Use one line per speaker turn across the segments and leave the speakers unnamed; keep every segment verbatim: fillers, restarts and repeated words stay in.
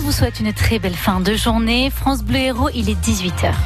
vous souhaite une très belle fin de journée. France Bleu Héros, il est dix-huit heures.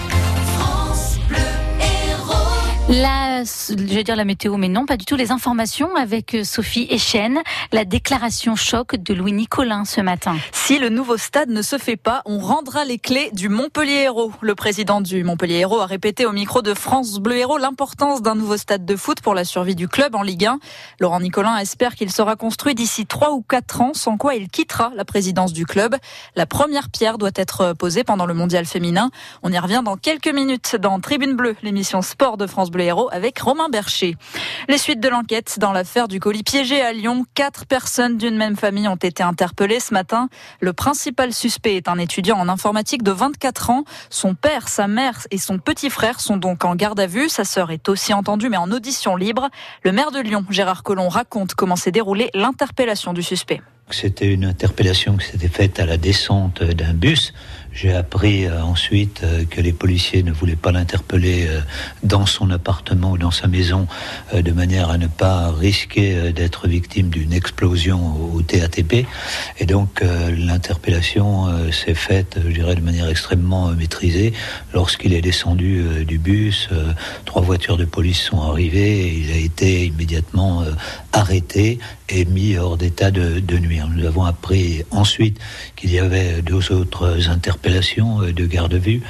La, je vais dire la météo, mais non, pas du tout. Les informations avec Sophie Echen. La déclaration choc de Louis Nicolin ce matin.
Si le nouveau stade ne se fait pas, on rendra les clés du Montpellier Hérault. Le président du Montpellier Hérault a répété au micro de France Bleu Hérault l'importance d'un nouveau stade de foot pour la survie du club en Ligue un. Laurent Nicolin espère qu'il sera construit d'ici trois ou quatre ans, sans quoi il quittera la présidence du club. La première pierre doit être posée pendant le mondial féminin. On y revient dans quelques minutes dans Tribune Bleue, l'émission sport de France Bleu Hérault avec Romain Bercher. Les suites de l'enquête dans l'affaire du colis piégé à Lyon. Quatre personnes d'une même famille ont été interpellées ce matin. Le principal suspect est un étudiant en informatique de vingt-quatre ans. Son père, sa mère et son petit frère sont donc en garde à vue. Sa sœur est aussi entendue mais en audition libre. Le maire de Lyon, Gérard Collomb, raconte comment s'est déroulée l'interpellation du suspect.
C'était une interpellation qui s'était faite à la descente d'un bus. J'ai appris euh, ensuite euh, que les policiers ne voulaient pas l'interpeller euh, dans son appartement ou dans sa maison euh, de manière à ne pas risquer euh, d'être victime d'une explosion au, au T A T P. Et donc euh, l'interpellation euh, s'est faite, je dirais, de manière extrêmement euh, maîtrisée. Lorsqu'il est descendu euh, du bus, euh, trois voitures de police sont arrivées et il a été immédiatement euh, arrêté et mis hors d'état de, de nuire. Nous avons appris ensuite qu'il y avait deux autres interpellations de garde à vue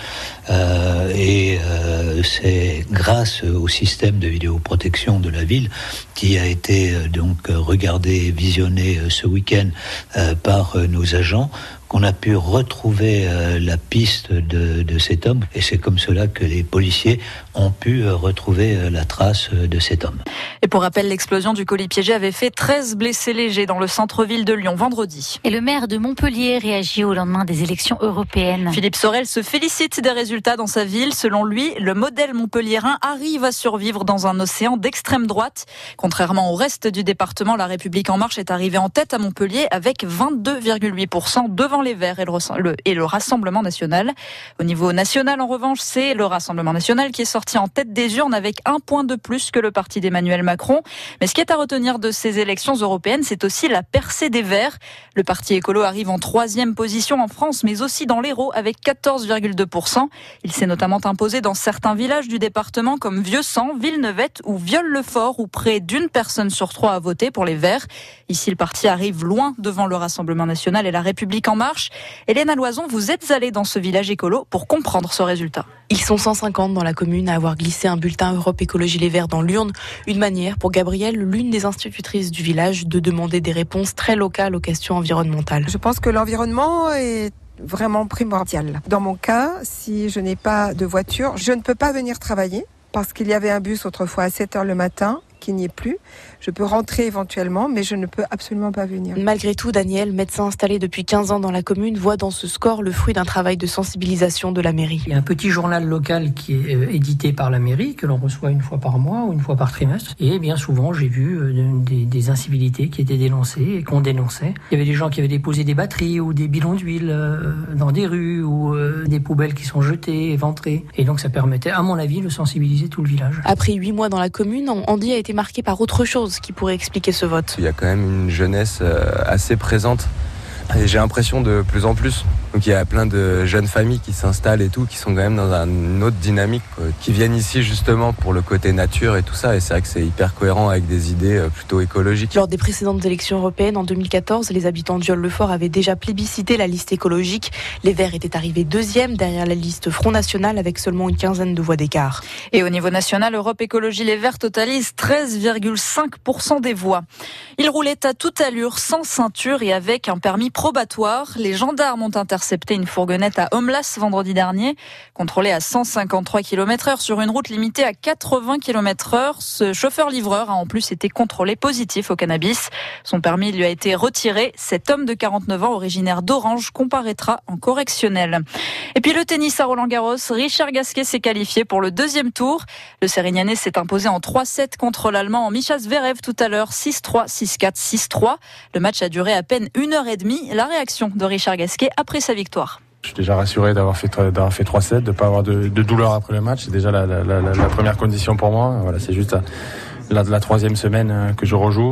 euh, et euh, c'est grâce au système de vidéoprotection de la ville qui a été euh, donc regardé, visionné euh, ce week-end euh, par euh, nos agents qu'on a pu retrouver euh, la piste de, de cet homme et c'est comme cela que les policiers ont pu euh, retrouver euh, la trace euh, de cet homme.
Et pour rappel, l'explosion du colis piégé avait fait treize blessés légers dans le centre-ville de Lyon vendredi.
Et le maire de Montpellier réagit au lendemain des élections européennes.
Philippe Sorel se félicite des résultats dans sa ville. Selon lui, le modèle montpelliérain arrive à survivre dans un océan d'extrême droite. Contrairement au reste du département, La République En Marche est arrivée en tête à Montpellier avec vingt-deux virgule huit pour cent devant les Verts et le, et le Rassemblement National. Au niveau national, en revanche, c'est le Rassemblement National qui est sorti en tête des urnes avec un point de plus que le parti d'Emmanuel Macron. Mais ce qui est à retenir de ces élections européennes, c'est aussi la percée des Verts. Le parti écolo arrive en troisième position en France, mais aussi dans l'Hérault avec quatorze virgule deux pour cent. Il s'est notamment imposé dans certains villages du département comme Vieux-Sang, Villeneuve ou Viol-le-Fort, où près d'une personne sur trois a voté pour les Verts. Ici, le parti arrive loin devant le Rassemblement National et La République En Marche. Hélène Loison, vous êtes allée dans ce village écolo pour comprendre ce résultat.
Ils sont cent cinquante dans la commune à avoir glissé un bulletin Europe Écologie Les Verts dans l'urne. Une manière pour Gabrielle, l'une des institutrices du village, de demander des réponses très locales aux questions environnementales.
Je pense que l'environnement est vraiment primordial. Dans mon cas, si je n'ai pas de voiture, je ne peux pas venir travailler parce qu'il y avait un bus autrefois à sept heures le matin qui n'y est plus. Je peux rentrer éventuellement, mais je ne peux absolument pas venir.
Malgré tout, Daniel, médecin installé depuis quinze ans dans la commune, voit dans ce score le fruit d'un travail de sensibilisation de la mairie.
Il y a un petit journal local qui est euh, édité par la mairie, que l'on reçoit une fois par mois ou une fois par trimestre. Et bien souvent, j'ai vu euh, des, des incivilités qui étaient dénoncées et qu'on dénonçait. Il y avait des gens qui avaient déposé des batteries ou des bidons d'huile euh, dans des rues ou euh, des poubelles qui sont jetées, éventrées. Et donc ça permettait, à mon avis, de sensibiliser tout le village.
Après huit mois dans la commune, Andy a été marqué par autre chose qui pourrait expliquer ce vote.
Il y a quand même une jeunesse assez présente et j'ai l'impression de plus en plus. Donc il y a plein de jeunes familles qui s'installent et tout, qui sont quand même dans une autre dynamique, quoi, qui viennent ici justement pour le côté nature et tout ça. Et c'est vrai que c'est hyper cohérent avec des idées plutôt écologiques.
Lors des précédentes élections européennes en deux mille quatorze, les habitants de Viol-le-Fort avaient déjà plébiscité la liste écologique. Les Verts étaient arrivés deuxième derrière la liste Front National avec seulement une quinzaine de voix d'écart.
Et au niveau national, Europe Écologie Les Verts totalise treize virgule cinq pour cent des voix. Ils roulaient à toute allure, sans ceinture et avec un permis probatoire. Les gendarmes ont intercepté une fourgonnette à Homelas vendredi dernier, contrôlée à cent cinquante-trois kilomètres heure sur une route limitée à quatre-vingts kilomètres heure. Ce chauffeur-livreur a en plus été contrôlé positif au cannabis. Son permis lui a été retiré. Cet homme de quarante-neuf ans, originaire d'Orange, comparaîtra en correctionnel. Et puis le tennis à Roland-Garros, Richard Gasquet s'est qualifié pour le deuxième tour. Le Sérignanais s'est imposé en trois sept contre l'Allemand en Mischa Zverev tout à l'heure, six trois, six quatre, six trois. Le match a duré à peine une heure et demie. La réaction de Richard Gasquet après sa victoire.
Je suis déjà rassuré d'avoir fait, d'avoir fait trois sept, de ne pas avoir de, de douleur après le match. C'est déjà la, la, la, la première condition pour moi. Voilà, c'est juste la, la, la troisième semaine que je rejoue.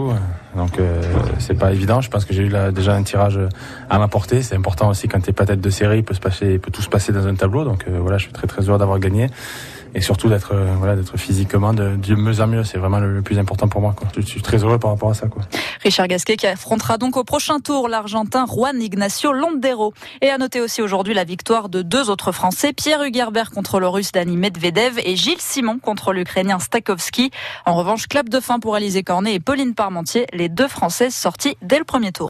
Donc euh, c'est pas évident. Je pense que j'ai eu là, déjà un tirage à ma portée. C'est important aussi quand t'es pas tête de série, il peut se passer, il peut tout se passer dans un tableau. Donc euh, voilà, je suis très très heureux d'avoir gagné. Et surtout d'être euh, voilà d'être physiquement de, de mieux en mieux, c'est vraiment le, le plus important pour moi, quoi. Je, je suis très heureux par rapport à ça, quoi.
Richard Gasquet qui affrontera donc au prochain tour l'Argentin Juan Ignacio Londero. Et à noter aussi aujourd'hui la victoire de deux autres Français, Pierre Hugerbert contre le Russe Dani Medvedev et Gilles Simon contre l'Ukrainien Stakhovski. En revanche, clap de fin pour Alizé Cornet et Pauline Parmentier, les deux Françaises sorties dès le premier tour.